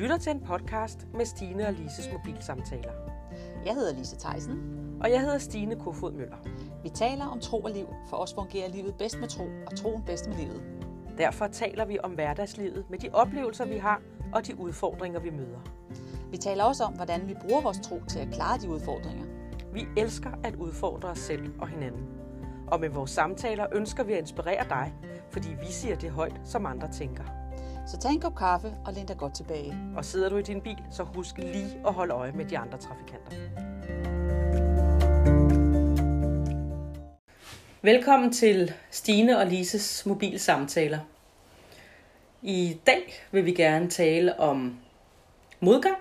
lytter til en podcast med Stine og Lises mobilsamtaler. Jeg hedder Lise Theisen. Og jeg hedder Stine Kofod Møller. Vi taler om tro og liv. For os fungerer livet bedst med tro, og troen bedst med livet. Derfor taler vi om hverdagslivet med de oplevelser, vi har, og de udfordringer, vi møder. Vi taler også om, hvordan vi bruger vores tro til at klare de udfordringer. Vi elsker at udfordre os selv og hinanden. Og med vores samtaler ønsker vi at inspirere dig, fordi vi siger det højt, som andre tænker. Så tag en kop kaffe og læn dig godt tilbage. Og sidder du i din bil, så husk lige at holde øje med de andre trafikanter. Velkommen til Stine og Lises mobilsamtaler. I dag vil vi gerne tale om modgang.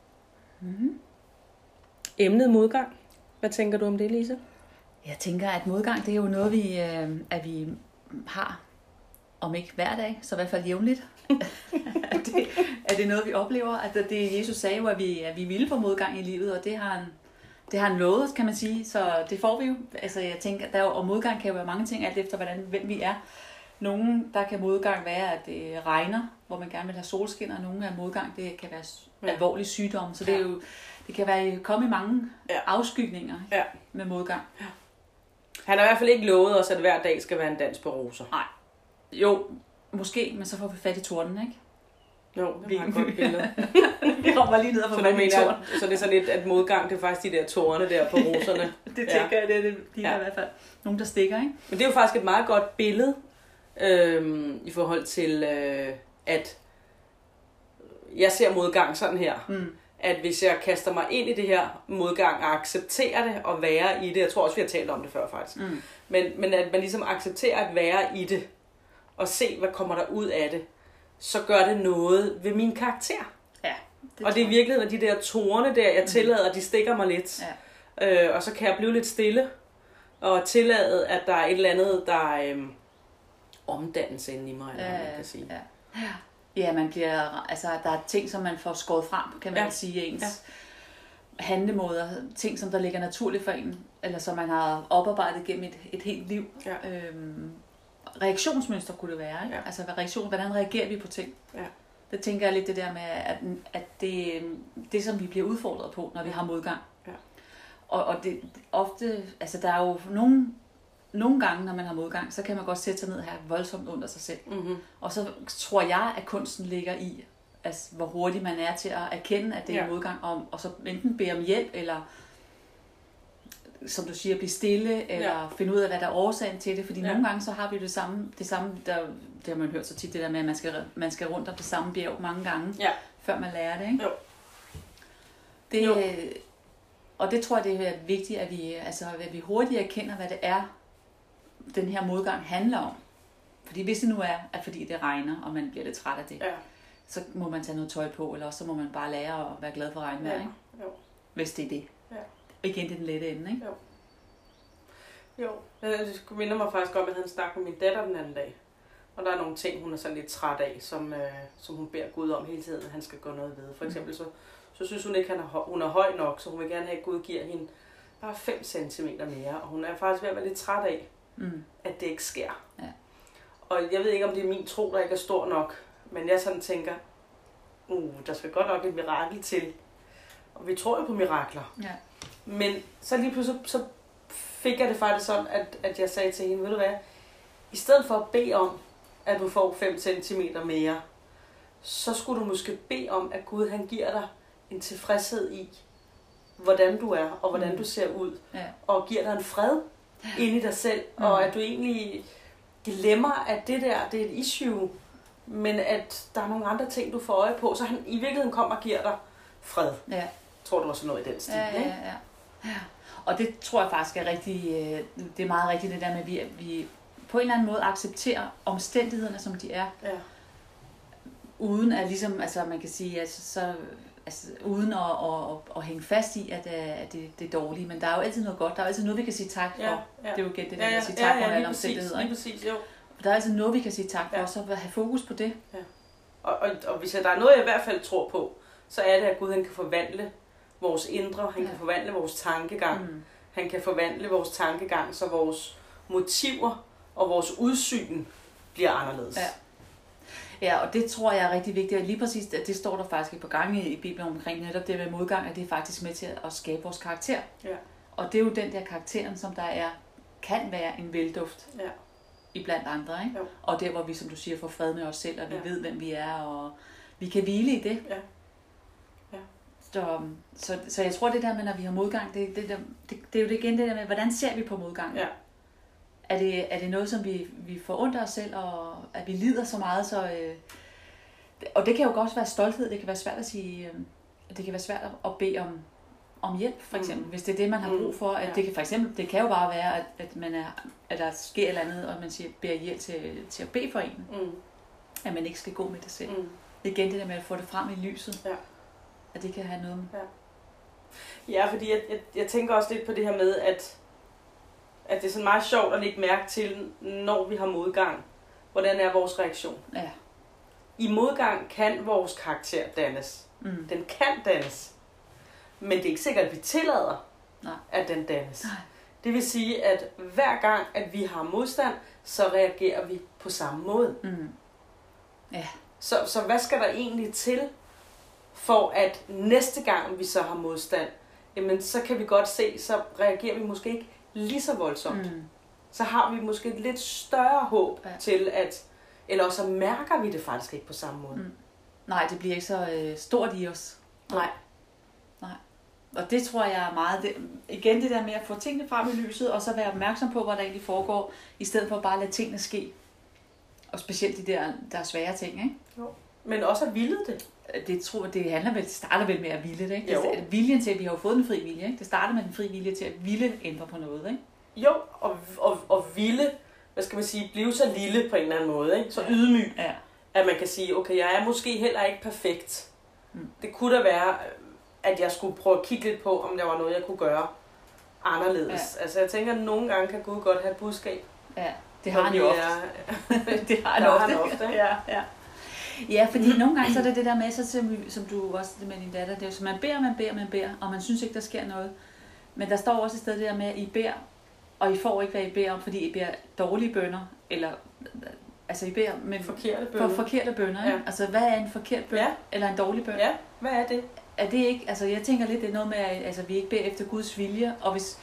Emnet modgang. Hvad tænker du om det, Lise? Jeg tænker, at modgang det er jo noget, vi har, om ikke hver dag, så i hvert fald jævnligt. at det er noget, vi oplever. At det Jesus sagde jo, at vi ville få modgang i livet, og det har han lovet, kan man sige. Så det får vi jo. Altså, jeg tænker, og modgang kan jo være mange ting, alt efter hvem vi er. Nogle, der kan modgang være, at det regner, hvor man gerne vil have solskin, og nogle af modgang, det kan være alvorlig sygdom. Så det er jo, det kan komme i mange afskygninger med modgang. Ja. Han har i hvert fald ikke lovet os, at hver dag skal være en dans på roser. Nej. Jo, måske, men så får vi fat i torden, ikke? Jo, det var et godt billede. Vi kommer lige ned og får fat i torden. Så det er sådan lidt, at modgang, det er faktisk de der tårne der på roserne. Det tænker jeg, det er i hvert fald nogen, der stikker, ikke? Men det er jo faktisk et meget godt billede, i forhold til, at jeg ser modgang sådan her. At hvis jeg kaster mig ind i det her modgang og accepterer det og være i det, jeg tror også, vi har talt om det før faktisk, men at man ligesom accepterer at være i det, og se, hvad kommer der ud af det, så gør det noget ved min karakter. Ja, og det er i virkeligheden de der torne der, jeg tillader, de stikker mig lidt. Ja. Og så kan jeg blive lidt stille, og tillade, at der er et eller andet, der omdannes inde i mig, eller hvad man kan sige. Ja, man bliver, altså der er ting, som man får skåret frem, kan man sige, ens handlemåder, ting, som der ligger naturligt for en, eller som man har oparbejdet gennem et helt liv. Ja. Reaktionsmønster kunne det være, ikke? Ja. Altså hvordan reagerer vi på ting? Ja. Det tænker jeg lidt det der med, at det som vi bliver udfordret på, når vi har modgang. Ja. Og det ofte, altså der er jo nogle gange, når man har modgang, så kan man godt sætte sig ned og have voldsomt under sig selv. Og så tror jeg, at kunsten ligger i, altså, hvor hurtigt man er til at erkende, at det er modgang, og så enten bede om hjælp, eller som du siger, blive stille, eller finde ud af, hvad der er årsagen til det. Fordi nogle gange, så har vi det samme det har man hørt så tit, det der med, at man skal rundt om det samme bjerg mange gange, før man lærer det, ikke? Jo. Og det tror jeg, det er vigtigt, at vi hurtigt erkender, hvad det er, den her modgang handler om. Fordi hvis det nu er, at fordi det regner, og man bliver lidt træt af det, så må man tage noget tøj på, eller også så må man bare lære at være glad for regnvejr, ikke? Jo. Hvis det er det. Ja. Igen, det er den lette ende, ikke? Jo. Det minder mig faktisk om, at jeg havde en snak med min datter den anden dag. Og der er nogle ting, hun er sådan lidt træt af, som hun beder Gud om hele tiden, at han skal gå noget ved. For eksempel så synes hun ikke, hun er høj nok, så hun vil gerne have, at Gud giver hende bare 5 cm mere. Og hun er faktisk ved at være lidt træt af, at det ikke sker. Ja. Og jeg ved ikke, om det er min tro, der ikke er stor nok, men jeg sådan tænker, der skal godt nok et mirakel til. Og vi tror jo på mirakler. Ja. Men så lige pludselig så fik jeg det faktisk sådan, at jeg sagde til hende, ved du hvad, i stedet for at bede om, at du får 5 cm mere, så skulle du måske bede om, at Gud han giver dig en tilfredshed i, hvordan du er, og hvordan du ser ud, og giver dig en fred inde i dig selv, og at du egentlig glemmer, at det der, det er et issue, men at der er nogle andre ting, du får øje på, så han i virkeligheden kommer og giver dig fred. Ja. Jeg tror, du var sådan noget i den stil, ikke? Ja. Og det tror jeg faktisk er rigtig, det er meget rigtigt det der med, at vi på en eller anden måde accepterer omstændighederne, som de er, uden at ligesom, altså man kan sige, uden at hænge fast i, at det er dårligt. Men der er jo altid noget godt. Der er jo altid noget, vi kan sige tak for. Det er jo igen det der med at sige tak for alle omstændigheder. Lige præcis, jo. Der er altid noget, vi kan sige tak for, og så have fokus på det. Ja. Og hvis der er noget, jeg i hvert fald tror på, så er det, at Gud han kan forvandle vores indre, han kan forvandle vores tankegang. Han kan forvandle vores tankegang, så vores motiver og vores udsyn bliver anderledes. Ja. Ja, og det tror jeg er rigtig vigtigt. Og lige præcis, det står der faktisk på gange i Bibelen omkring netop det med modgang, at det er faktisk med til at skabe vores karakter. Ja. Og det er jo den der karakteren, som kan være en velduft i blandt andre. Ikke? Og der, hvor vi, som du siger, får fred med os selv, og vi ved, hvem vi er, og vi kan hvile i det. Ja. Ja. Så jeg tror, det der med, når vi har modgang, det er jo igen det der med, hvordan ser vi på modgangen? Ja. Er det noget, som vi forundrer os selv, og at vi lider så meget, så... og det kan jo også være stolthed, det kan være svært at sige... det kan være svært at bede om hjælp, for eksempel, hvis det er det, man har brug for. At det kan for eksempel, det kan jo bare være, at der sker et eller andet, og man beder hjælp til at bede for en. At man ikke skal gå med det selv. Igen det der med at få det frem i lyset. Ja. At det kan have noget med. Ja, fordi jeg tænker også lidt på det her med, at det er sådan meget sjovt at lægge mærke til, når vi har modgang. Hvordan er vores reaktion? Ja. I modgang kan vores karakter dannes. Den kan dannes. Men det er ikke sikkert, at vi tillader, at den dannes. Nej. Det vil sige, at hver gang, at vi har modstand, så reagerer vi på samme måde. Ja. Så hvad skal der egentlig til, for at næste gang, vi så har modstand, jamen så kan vi godt se, så reagerer vi måske ikke lige så voldsomt. Så har vi måske et lidt større håb til, at eller også mærker vi det faktisk ikke på samme måde. Nej, det bliver ikke så stort i os. Nej. Og det tror jeg er meget... igen det der med at få tingene frem i lyset, og så være opmærksom på, hvad der egentlig foregår, i stedet for bare at lade tingene ske. Og specielt de der er svære ting, ikke? Jo. Men også at ville det. Det starter vel med at ville det, ikke? Viljen til, at vi har jo fået den fri vilje, ikke? Det starter med den fri vilje til at ville ændre på noget, ikke? Jo, og ville, hvad skal man sige, blive så lille på en eller anden måde, ikke? Så ydmyg, at man kan sige, okay, jeg er måske heller ikke perfekt. Det kunne da være, at jeg skulle prøve at kigge lidt på, om der var noget, jeg kunne gøre anderledes. Altså jeg tænker, at nogle gange kan Gud godt have et budskab. Ja, det har han jo ofte. Det har han ofte. Ja, fordi nogle gange så er det der med, så som du også med din datter, det er jo så, man beder, og man synes ikke, der sker noget. Men der står også et sted det der med, at I beder, og I får ikke, hvad I beder om, fordi I beder dårlige bønner, eller altså I beder med forkerte bønner. Ja. Altså hvad er en forkert bøn, eller en dårlig bøn? Ja, hvad er det? Er det ikke, altså jeg tænker lidt, det er noget med, at altså, vi ikke beder efter Guds vilje,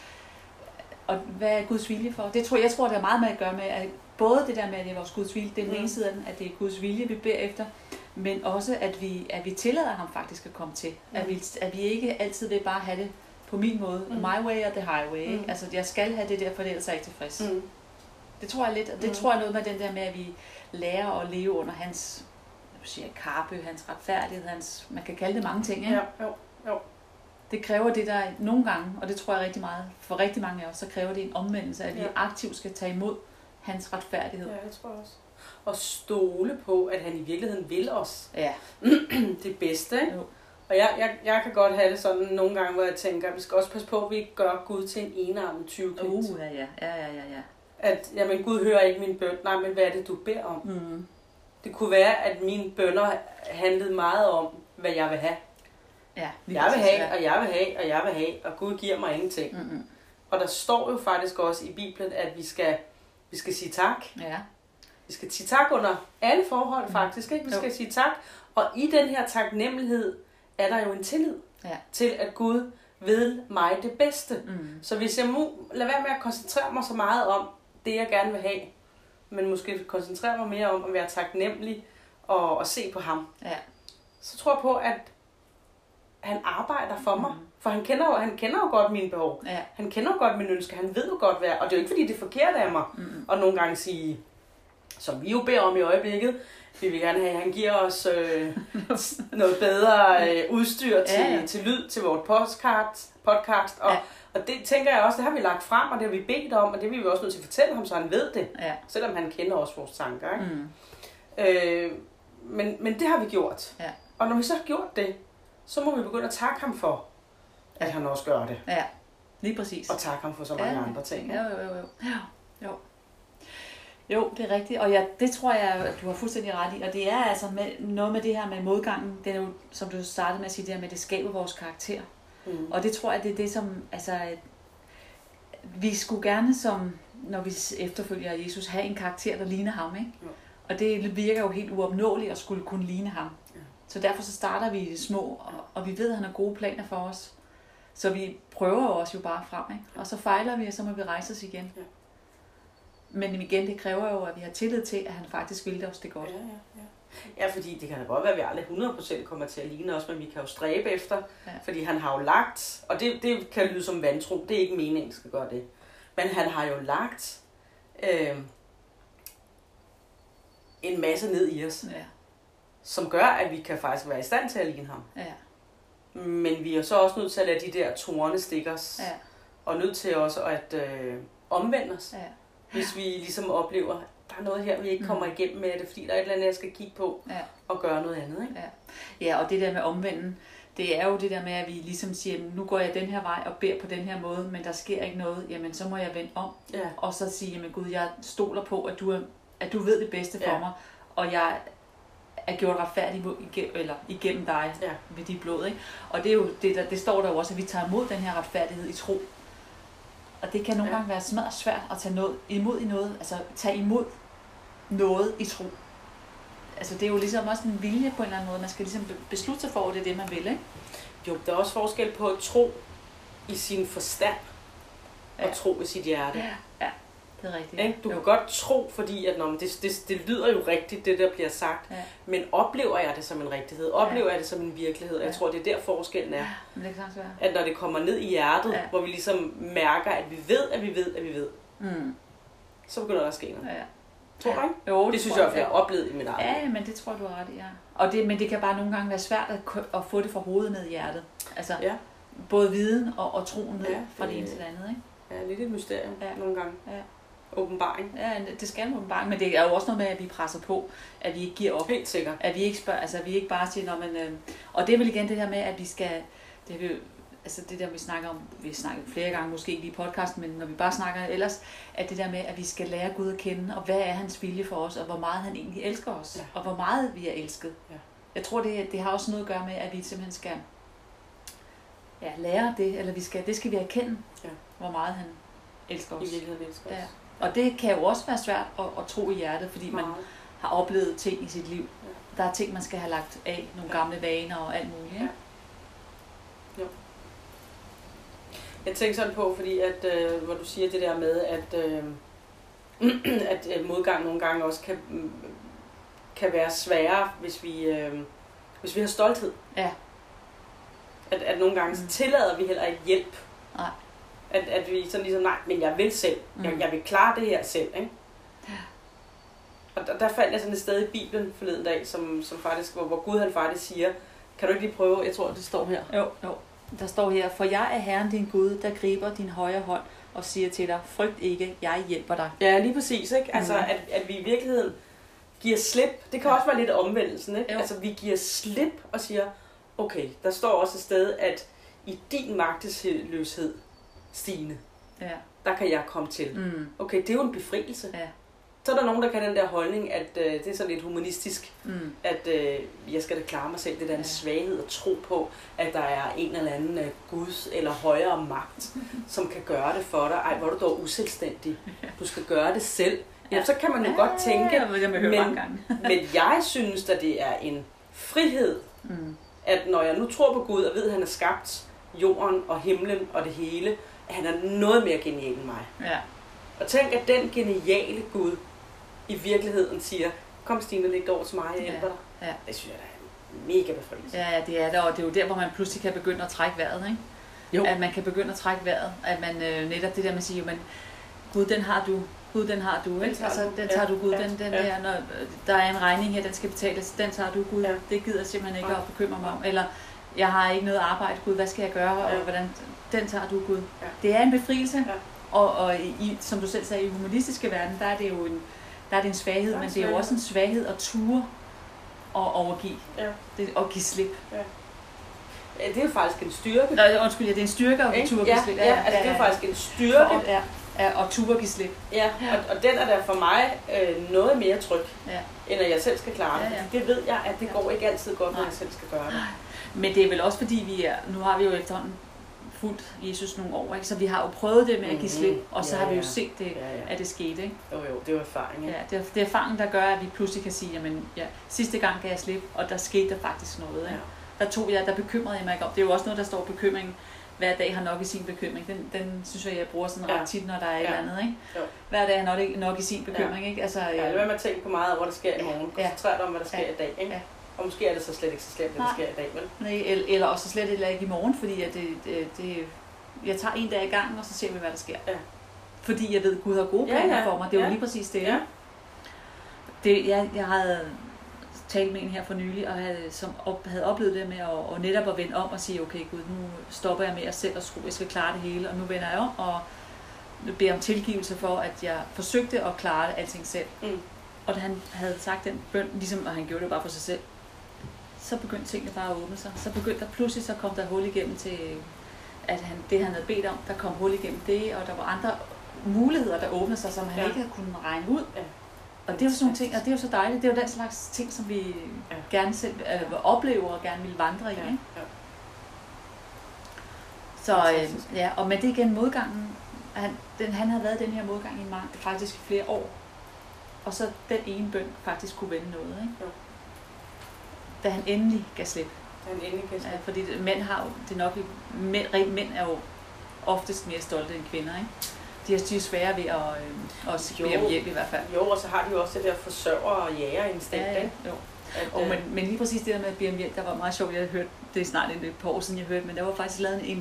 og hvad er Guds vilje for? Jeg tror, det er meget med at gøre med, at både det der med, at det er vores Guds vilje, det er den ene side af den, at det er Guds vilje, vi beder efter, men også, at vi tillader ham faktisk at komme til. At vi ikke altid vil bare have det på min måde, my way or the highway. Altså, jeg skal have det der, for ellers er jeg ikke tilfreds. Det tror jeg lidt, og det tror jeg noget med den der med, at vi lærer at leve under hans karpe, hans retfærdighed, man kan kalde det mange ting, ikke? Jo. Det kræver det der nogle gange, og det tror jeg rigtig meget, for rigtig mange af os, så kræver det en omvendelse, at vi aktivt skal tage imod hans retfærdighed. Ja, jeg tror også. Og stole på, at han i virkeligheden vil os. Ja. Det bedste, ikke? Jo. Og jeg kan godt have det sådan nogle gange, hvor jeg tænker, at vi skal også passe på, at vi ikke gør Gud til en enarmet tyveknægt. Ja. At, jamen Gud hører ikke min bøn. Nej, men hvad er det, du beder om? Det kunne være, at mine bønner handlede meget om, hvad jeg vil have. Ja, jeg vil have, og jeg vil have, og jeg vil have, og Gud giver mig ingenting. Og der står jo faktisk også i Bibelen, at vi skal sige tak. Ja. Vi skal sige tak under alle forhold faktisk, ikke? Vi skal sige tak. Og i den her taknemmelighed er der jo en tillid til, at Gud vil mig det bedste. Så hvis jeg lader være med at koncentrere mig så meget om det, jeg gerne vil have, men måske koncentrere mig mere om at være taknemmelig og se på ham, så tror jeg på, at han arbejder for mig. For han kender jo godt mine behov. Ja. Han kender jo godt mine ønsker. Han ved jo godt, hvad. Og det er jo ikke, fordi det er forkert af mig. Og nogle gange sige, som vi jo beder om i øjeblikket, vi vil gerne have, at han giver os noget bedre udstyr til lyd til vores podcast. Og det tænker jeg også, det har vi lagt frem, og det har vi bedt om, og det vil vi også nødt til at fortælle ham, så han ved det. Ja. Selvom han kender også vores tanker. Ikke? Men det har vi gjort. Ja. Og når vi så har gjort det, så må vi begynde at takke ham for, at han også gør det. Ja, lige præcis. Og takke ham for så mange andre ting. Jo, det er rigtigt. Og det tror jeg, du har fuldstændig ret i. Og det er altså noget med det her med modgangen. Det er jo, som du startede med at sige, det her med, at det skaber vores karakter. Og det tror jeg, det er det, som... Altså, vi skulle gerne, som når vi efterfølger Jesus, have en karakter, der ligner ham, ikke? Og det virker jo helt uopnåeligt at skulle kunne ligne ham. Ja. Så derfor så starter vi i det små, og vi ved, at han har gode planer for os. Så vi prøver os jo bare frem, ikke? Og så fejler vi, og så må vi rejse os igen. Ja. Men igen, det kræver jo, at vi har tillid til, at han faktisk vil os det godt. Ja, fordi det kan da godt være, at vi aldrig 100% kommer til at ligne os, men vi kan jo stræbe efter, fordi han har jo lagt, og det kan lyde som vantro, det er ikke meningen, at skal gøre det, men han har jo lagt en masse ned i os, som gør, at vi kan faktisk være i stand til at ligne ham. Ja. Men vi er så også nødt til at lade de der torne stikke os, og nødt til også at omvende os, hvis vi ligesom oplever, der er noget her, vi ikke kommer igennem med det, fordi der er et eller andet, jeg skal kigge på og gøre noget andet. Ikke? Ja, og det der med omvenden, det er jo det der med, at vi ligesom siger, nu går jeg den her vej og beder på den her måde, men der sker ikke noget, jamen så må jeg vende om, og så sige, jamen Gud, jeg stoler på, at du ved det bedste for mig, og jeg er gjort retfærdig igennem dig ved dit blod. Ikke? Og det er jo det står der jo også, at vi tager imod den her retfærdighed i tro. Og det kan nogle gange være svært at tage imod i noget, altså tage imod noget i tro. Altså det er jo ligesom også en vilje på en eller anden måde, man skal ligesom beslutte sig for, at det er det, man vil, ikke? Jo, der er også forskel på at tro i sin forstand og tro i sit hjerte. Ja, det er rigtigt. Du kan godt tro, fordi at, det lyder jo rigtigt, det der bliver sagt, men oplever jeg det som en rigtighed? Oplever jeg det som en virkelighed? Jeg tror, det er der forskellen er. Men det kan være. At når det kommer ned i hjertet, hvor vi ligesom mærker, at vi ved, så begynder der at ske noget. Tror du ikke? Jo, det synes jeg, jeg har oplevet i mit eget. Ja, men det tror du har ret i, Og men det kan bare nogle gange være svært at få det fra hovedet ned i hjertet. Altså, både viden og troen ned fra det ene til det andet, ikke? Ja, lidt et mysterium nogle gange. Ja. Åbenbaring. Ja, det skal en åbenbaring, men det er jo også noget med, at vi presser på, at vi ikke giver op. Helt sikkert. At vi ikke spørger, altså at vi ikke bare siger, og det er vel igen det der med, at vi skal, det der vi snakker om, vi snakker flere gange måske ikke i podcasten, men når vi bare snakker ellers, at det der med, at vi skal lære Gud at kende, og hvad er hans vilje for os, og hvor meget han egentlig elsker os, og hvor meget vi er elsket. Ja. Jeg tror, det har også noget at gøre med, at vi simpelthen skal lære det, eller det skal vi erkende, hvor meget han elsker os. I virkeligheden elsker os. Ja. Og det kan jo også være svært at tro i hjertet, fordi man har oplevet ting i sit liv. Ja. Der er ting, man skal have lagt af, nogle gamle vaner og alt muligt. Ja. Jo. Jeg tænker sådan på, fordi at, hvor du siger det der med, at modgang nogle gange også kan være sværere, hvis vi har stolthed. Ja. At nogle gange så tillader vi heller ikke hjælp. Nej. At vi sådan ligesom, nej, men jeg vil selv. Jeg vil klare det her selv, ikke? Ja. Og der faldt jeg sådan et sted i Bibelen forleden dag, som faktisk, hvor Gud han faktisk siger, kan du ikke lige prøve, jeg tror det står her. Jo. Der står her, for jeg er Herren din Gud, der griber din højre hånd og siger til dig, frygt ikke, jeg hjælper dig. Ja, lige præcis, ikke? Altså, at vi i virkeligheden giver slip. Det kan også være lidt omvendelsen, ikke? Jo. Altså, vi giver slip og siger, okay, der står også et sted, at i din magtesløshed, Stine, der kan jeg komme til. Okay, det er jo en befrielse. Ja. Så er der nogen, der kan den der holdning, at det er sådan lidt humanistisk, at jeg skal da klare mig selv. Det der en svaghed at tro på, at der er en eller anden Guds eller højere magt, som kan gøre det for dig. Ej, hvor er du dog uselvstændig. Du skal gøre det selv. Ja, så kan man jo godt tænke, men jeg synes, at det er en frihed, at når jeg nu tror på Gud og ved, at han har skabt jorden og himlen og det hele, at han er noget mere genial end mig. Ja. Og tænk, at den geniale Gud i virkeligheden siger, kom Stine, læg det over til mig, jeg hjælper dig. Ja. Det synes jeg, der er mega befrielse. Ja, det er det, og det er jo der, hvor man pludselig kan begynde at trække vejret, ikke? Jo. At man kan begynde at trække vejret, at man netop det der med at sige, men Gud, den har du. Gud, den har du, ikke? Den tager du, Gud, den der, når der er en regning her, den skal betales, den tager du, Gud, det gider jeg simpelthen ikke at bekymre mig om, eller jeg har ikke noget arbejde, Gud, hvad skal jeg gøre, og hvordan, den tager du, Gud. Ja. Det er en befrielse, og som du selv sagde, i den humanistiske verden, der er det jo en svaghed, men det er jo også en svaghed at ture og overgive, og give slip. Ja. Det er jo faktisk en styrke. Det er en styrke at ture og give slip. Ja, altså det er jo faktisk en styrke. Og ture give slip. Ja, og den er der for mig noget mere tryg, end at jeg selv skal klare det. Det ved jeg, at det går ikke altid godt, når jeg selv skal gøre det. Men det er vel også fordi, nu har vi jo efterhånden fulgt Jesus nogle år, ikke? Så vi har jo prøvet det med at give slip, og så har vi jo set det, at det skete. Ikke? Jo, det er jo erfaring. Ikke? Ja, det er erfaring, der gør, at vi pludselig kan sige, jamen sidste gang gav jeg slip, og der skete der faktisk noget. Ikke? Der bekymrede jeg mig ikke om. Det er jo også noget, der står bekymring. Hver dag har nok i sin bekymring. Den synes jeg bruger sådan ret tit, når der er et eller andet. Ikke? Hver dag har nok i sin bekymring. Ikke? Altså, lad være med at tænke på meget, hvor der sker i morgen. Koncentrer dig om, hvad der sker i dag. Ikke? Ja. Og måske er det så slet ikke så slemt, det der sker i dag, vel? Nej, eller også slet ikke i morgen, fordi at jeg tager en dag i gang, og så ser vi, hvad der sker. Ja. Fordi jeg ved, at Gud har gode planer for mig. Det er jo lige præcis det. Ja. Jeg havde talt med en her for nylig, og havde oplevet det med at netop at vende om og sige, okay Gud, nu stopper jeg med at selv og tro, jeg skal klare det hele, og nu vender jeg om og beder om tilgivelse for, at jeg forsøgte at klare det alting selv. Og da han havde sagt den bøn, ligesom at han gjorde det bare for sig selv, så begyndte tingene bare at åbne sig. Så begyndte der pludselig, så kom der hul igennem til, at det han havde bedt om, der kom hul igennem det, og der var andre muligheder, der åbnede sig, som han ikke havde kunnet regne ud. Ja. Og det er jo sådan nogle ting, og det er jo så dejligt. Det er jo den slags ting, som vi gerne selv oplever og gerne vil vandre i. Ikke? Ja. Så og med det igen modgangen, han havde været den her modgang i faktisk flere år. Og så den ene bøn faktisk kunne vende noget, ikke? Jo. Da han endelig gav slip. Ja, fordi mænd har jo, det er nok, mænd er jo oftest mere stolte end kvinder, ikke? De er svære ved at bede om hjælp i hvert fald. Jo, og så har de jo også det der forsørger og jægerinstinkt, ikke? Jo. Men lige præcis det der med at bede om hjælp, der var meget sjovt. Jeg hørte, det er snart et par år siden, jeg hørte, men der var faktisk lavet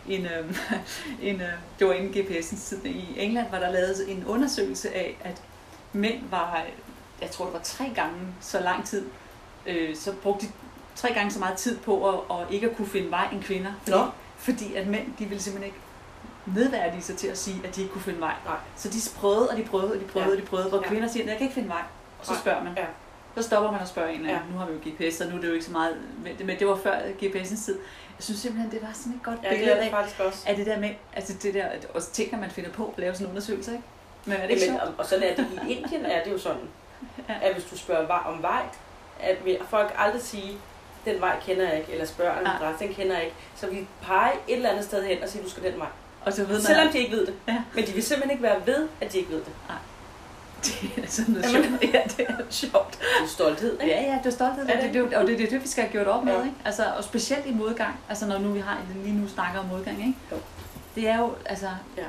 det var inden GPS'ens tid. I England var der lavet en undersøgelse af, at mænd var, jeg tror det var 3 gange så lang tid, så brugte de 3 gange så meget tid på at ikke at kunne finde vej end kvinder. Fordi at mænd, de ville simpelthen ikke nedværdige sig til at sige, at de ikke kunne finde vej. Nej. Så de prøvede, og de prøvede, hvor kvinder siger, at jeg kan ikke finde vej. Og så spørger man. Ja. Så stopper man og spørger en, nu har vi jo GPS, så nu er det jo ikke så meget, men det var før GPS'ens tid. Jeg synes simpelthen, det var sådan et godt billede af det der med, altså det der, også ting, man finder på at lave sådan en undersøgelse, ikke? Men er det ikke sjovt? Og sådan er det i Indien, er det jo sådan, at hvis du spørger om vej, at folk aldrig sige, den vej kender jeg ikke, eller spørger en adresse, den kender jeg ikke. Så vi peger et eller andet sted hen og siger, du skal den vej. Og så ved selvom de ikke ved det. Ja. Men de vil simpelthen ikke være ved, at de ikke ved det. Nej. Det er sådan noget sjovt. Ja, det er sjovt. Det er stolthed, ikke? Ja, det er stolthed. Og det er det, vi skal have gjort op med, ikke? Altså, og specielt i modgang. Altså, når nu vi har lige nu snakker om modgang, ikke? Jo. Det er jo, altså,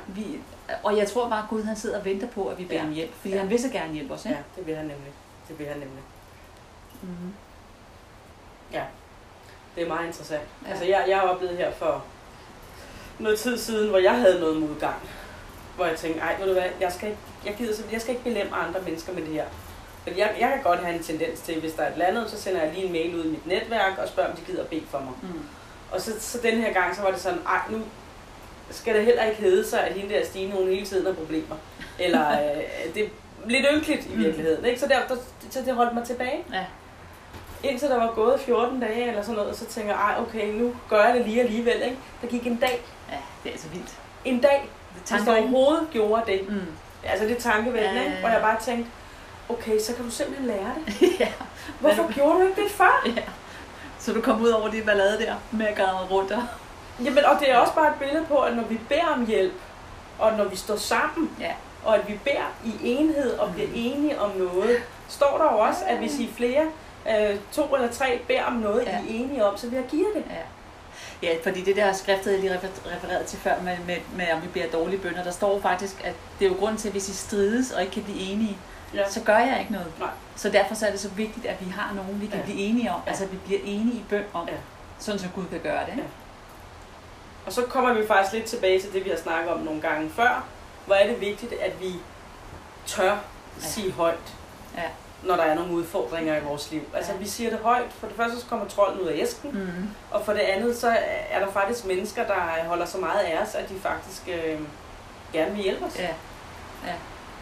og jeg tror bare, at Gud han sidder og venter på, at vi beder om hjælp. Fordi han vil så gerne hjælpe os, ikke? Ja, det vil han nemlig. Mm-hmm. Ja, det er meget interessant. Ja. Altså, jeg har oplevet her for noget tid siden, hvor jeg havde noget modgang. Hvor jeg tænkte, ved du hvad, jeg skal ikke belemme andre mennesker med det her. Fordi jeg kan godt have en tendens til, hvis der er et eller andet, så sender jeg lige en mail ud i mit netværk og spørger, om de gider bede for mig. Mm. Og så den her gang, så var det sådan, nu skal det heller ikke hedde sig, at hende der Stine, hun hele tiden har problemer. Eller det er lidt ynkeligt i virkeligheden, ikke? Så det holdt mig tilbage. Ja. Indtil der var gået 14 dage eller sådan noget, så tænker jeg, okay, nu gør jeg det lige alligevel, ikke? Der gik en dag. Ja, det er altså vildt. En dag, hvis der overhovedet gjorde det. Mm. Altså det tankevækkende, ikke? Hvor jeg bare tænkte, okay, så kan du simpelthen lære det. Ja. Hvorfor gjorde du ikke det før? Ja. Så du kom ud over det ballade der med at græde rundt der. Jamen, og det er også bare et billede på, at når vi beder om hjælp, og når vi står sammen, og at vi beder i enhed og bliver enige om noget, står der jo også, at hvis I flere, 2 eller 3 beder om noget, I er enige om, så vil jeg give det. Ja, fordi det der skrift, jeg lige refererede til før, med om vi beder dårlige bønner, der står faktisk, at det er jo grunden til, at hvis I strides og ikke kan blive enige, så gør jeg ikke noget. Nej. Så derfor så er det så vigtigt, at vi har nogen, vi kan blive enige om, altså at vi bliver enige i bøn om, sådan så Gud kan gøre det. Ja. Og så kommer vi faktisk lidt tilbage til det, vi har snakket om nogle gange før. Hvor er det vigtigt, at vi tør sige højt, når der er nogle udfordringer i vores liv. Altså vi siger det højt. For det første så kommer trolden ud af æsken, og for det andet så er der faktisk mennesker, der holder så meget af os, at de faktisk gerne vil hjælpe os. Ja. Ja.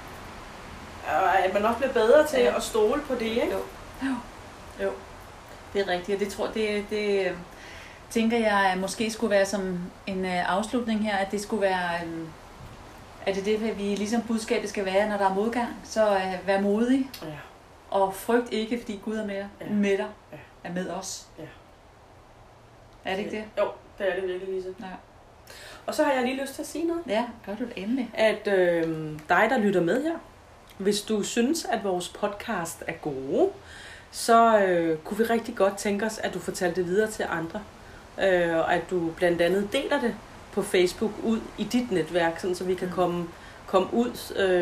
Og at man også bliver bedre til at stole på det, ikke? Jo. Det er rigtigt, og det tror det tænker jeg måske skulle være som en afslutning her, at det skulle være, at det vi ligesom budskabet skal være, når der er modgang, så vær modig, og frygt ikke, fordi Gud er med dig, er med os. Ja. Er det ikke det? Jo, det er det virkelig, Lise. Ja. Og så har jeg lige lyst til at sige noget. Ja, gør du det endelig. At dig, der lytter med her, hvis du synes, at vores podcast er gode, så kunne vi rigtig godt tænke os, at du fortæller det videre til andre. Og at du blandt andet deler det på Facebook ud i dit netværk, sådan, så vi kan komme ud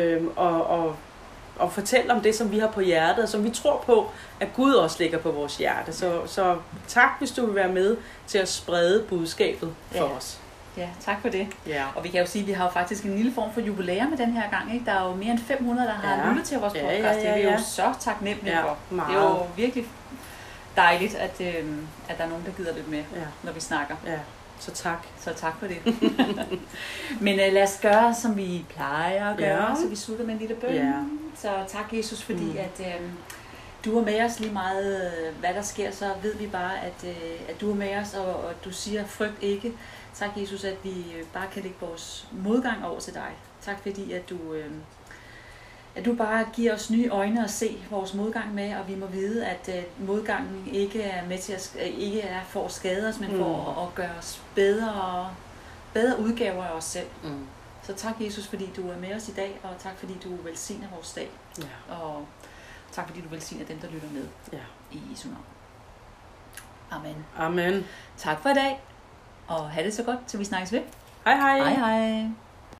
og fortælle om det, som vi har på hjertet, og som vi tror på, at Gud også ligger på vores hjerte. Så tak, hvis du vil være med til at sprede budskabet for os. Ja, tak for det. Ja. Og vi kan jo sige, at vi har jo faktisk en lille form for jubilæum med den her gang. Ikke? Der er jo mere end 500, der har lyttet til vores podcast. Ja. Det er vi jo så taknemmelige for. Meget. Det er jo virkelig dejligt, at der er nogen, der gider lidt med, når vi snakker. Ja. Så tak. Så tak for det. Men lad os gøre, som vi plejer at gøre, så vi slutter med en lille bøn. Ja. Så tak, Jesus, fordi at du er med os lige meget, hvad der sker, så ved vi bare, at du er med os, og du siger, frygt ikke. Tak, Jesus, at vi bare kan lægge vores modgang over til dig. Tak, fordi at du bare giver os nye øjne at se vores modgang med, og vi må vide, at modgangen ikke er med til ikke er for at skade os, men for at gøre os bedre udgaver af os selv. Så tak, Jesus, fordi du er med os i dag, og tak, fordi du velsigner vores dag. Ja. Og tak, fordi du velsigner dem, der lytter med. Ja. I Jesu navn. Amen. Amen. Tak for i dag, og have det så godt, til vi snakkes ved. Hej hej. Hej hej.